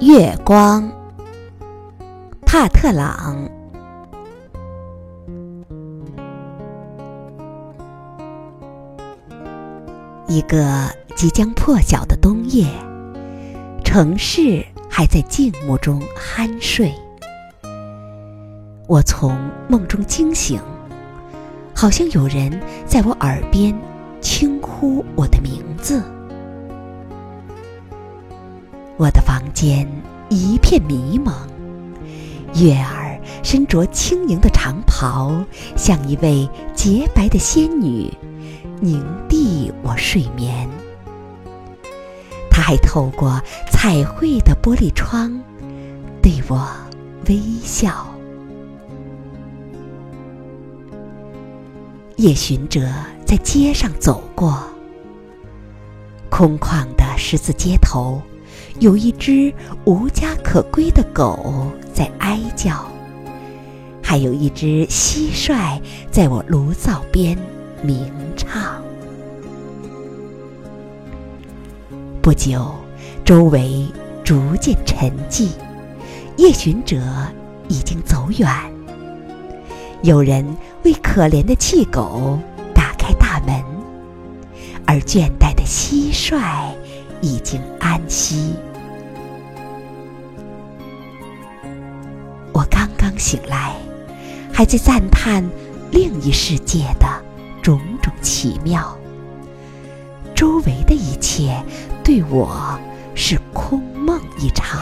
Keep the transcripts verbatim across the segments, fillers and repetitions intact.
月光，帕特朗。一个即将破晓的冬夜，城市还在静默中酣睡。我从梦中惊醒，好像有人在我耳边轻呼我的名字。我的房间一片迷蒙，月儿身着轻盈的长袍，像一位洁白的仙女，凝蔽我睡眠。她还透过彩绘的玻璃窗对我微笑。夜巡者在街上走过，空旷的十字街头，有一只无家可归的狗在哀叫，还有一只蟋蟀在我炉灶边鸣唱。不久，周围逐渐沉寂，夜巡者已经走远。有人为可怜的弃狗打开大门，而倦怠的蟋蟀已经安息。我刚刚醒来，还在赞叹另一世界的种种奇妙，周围的一切对我是空梦一场。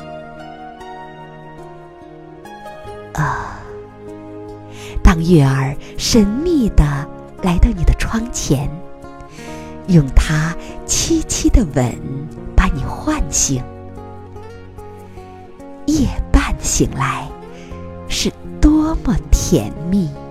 啊，当月儿神秘地来到你的窗前，用它凄凄的吻把你唤醒，夜半醒来是多么甜蜜。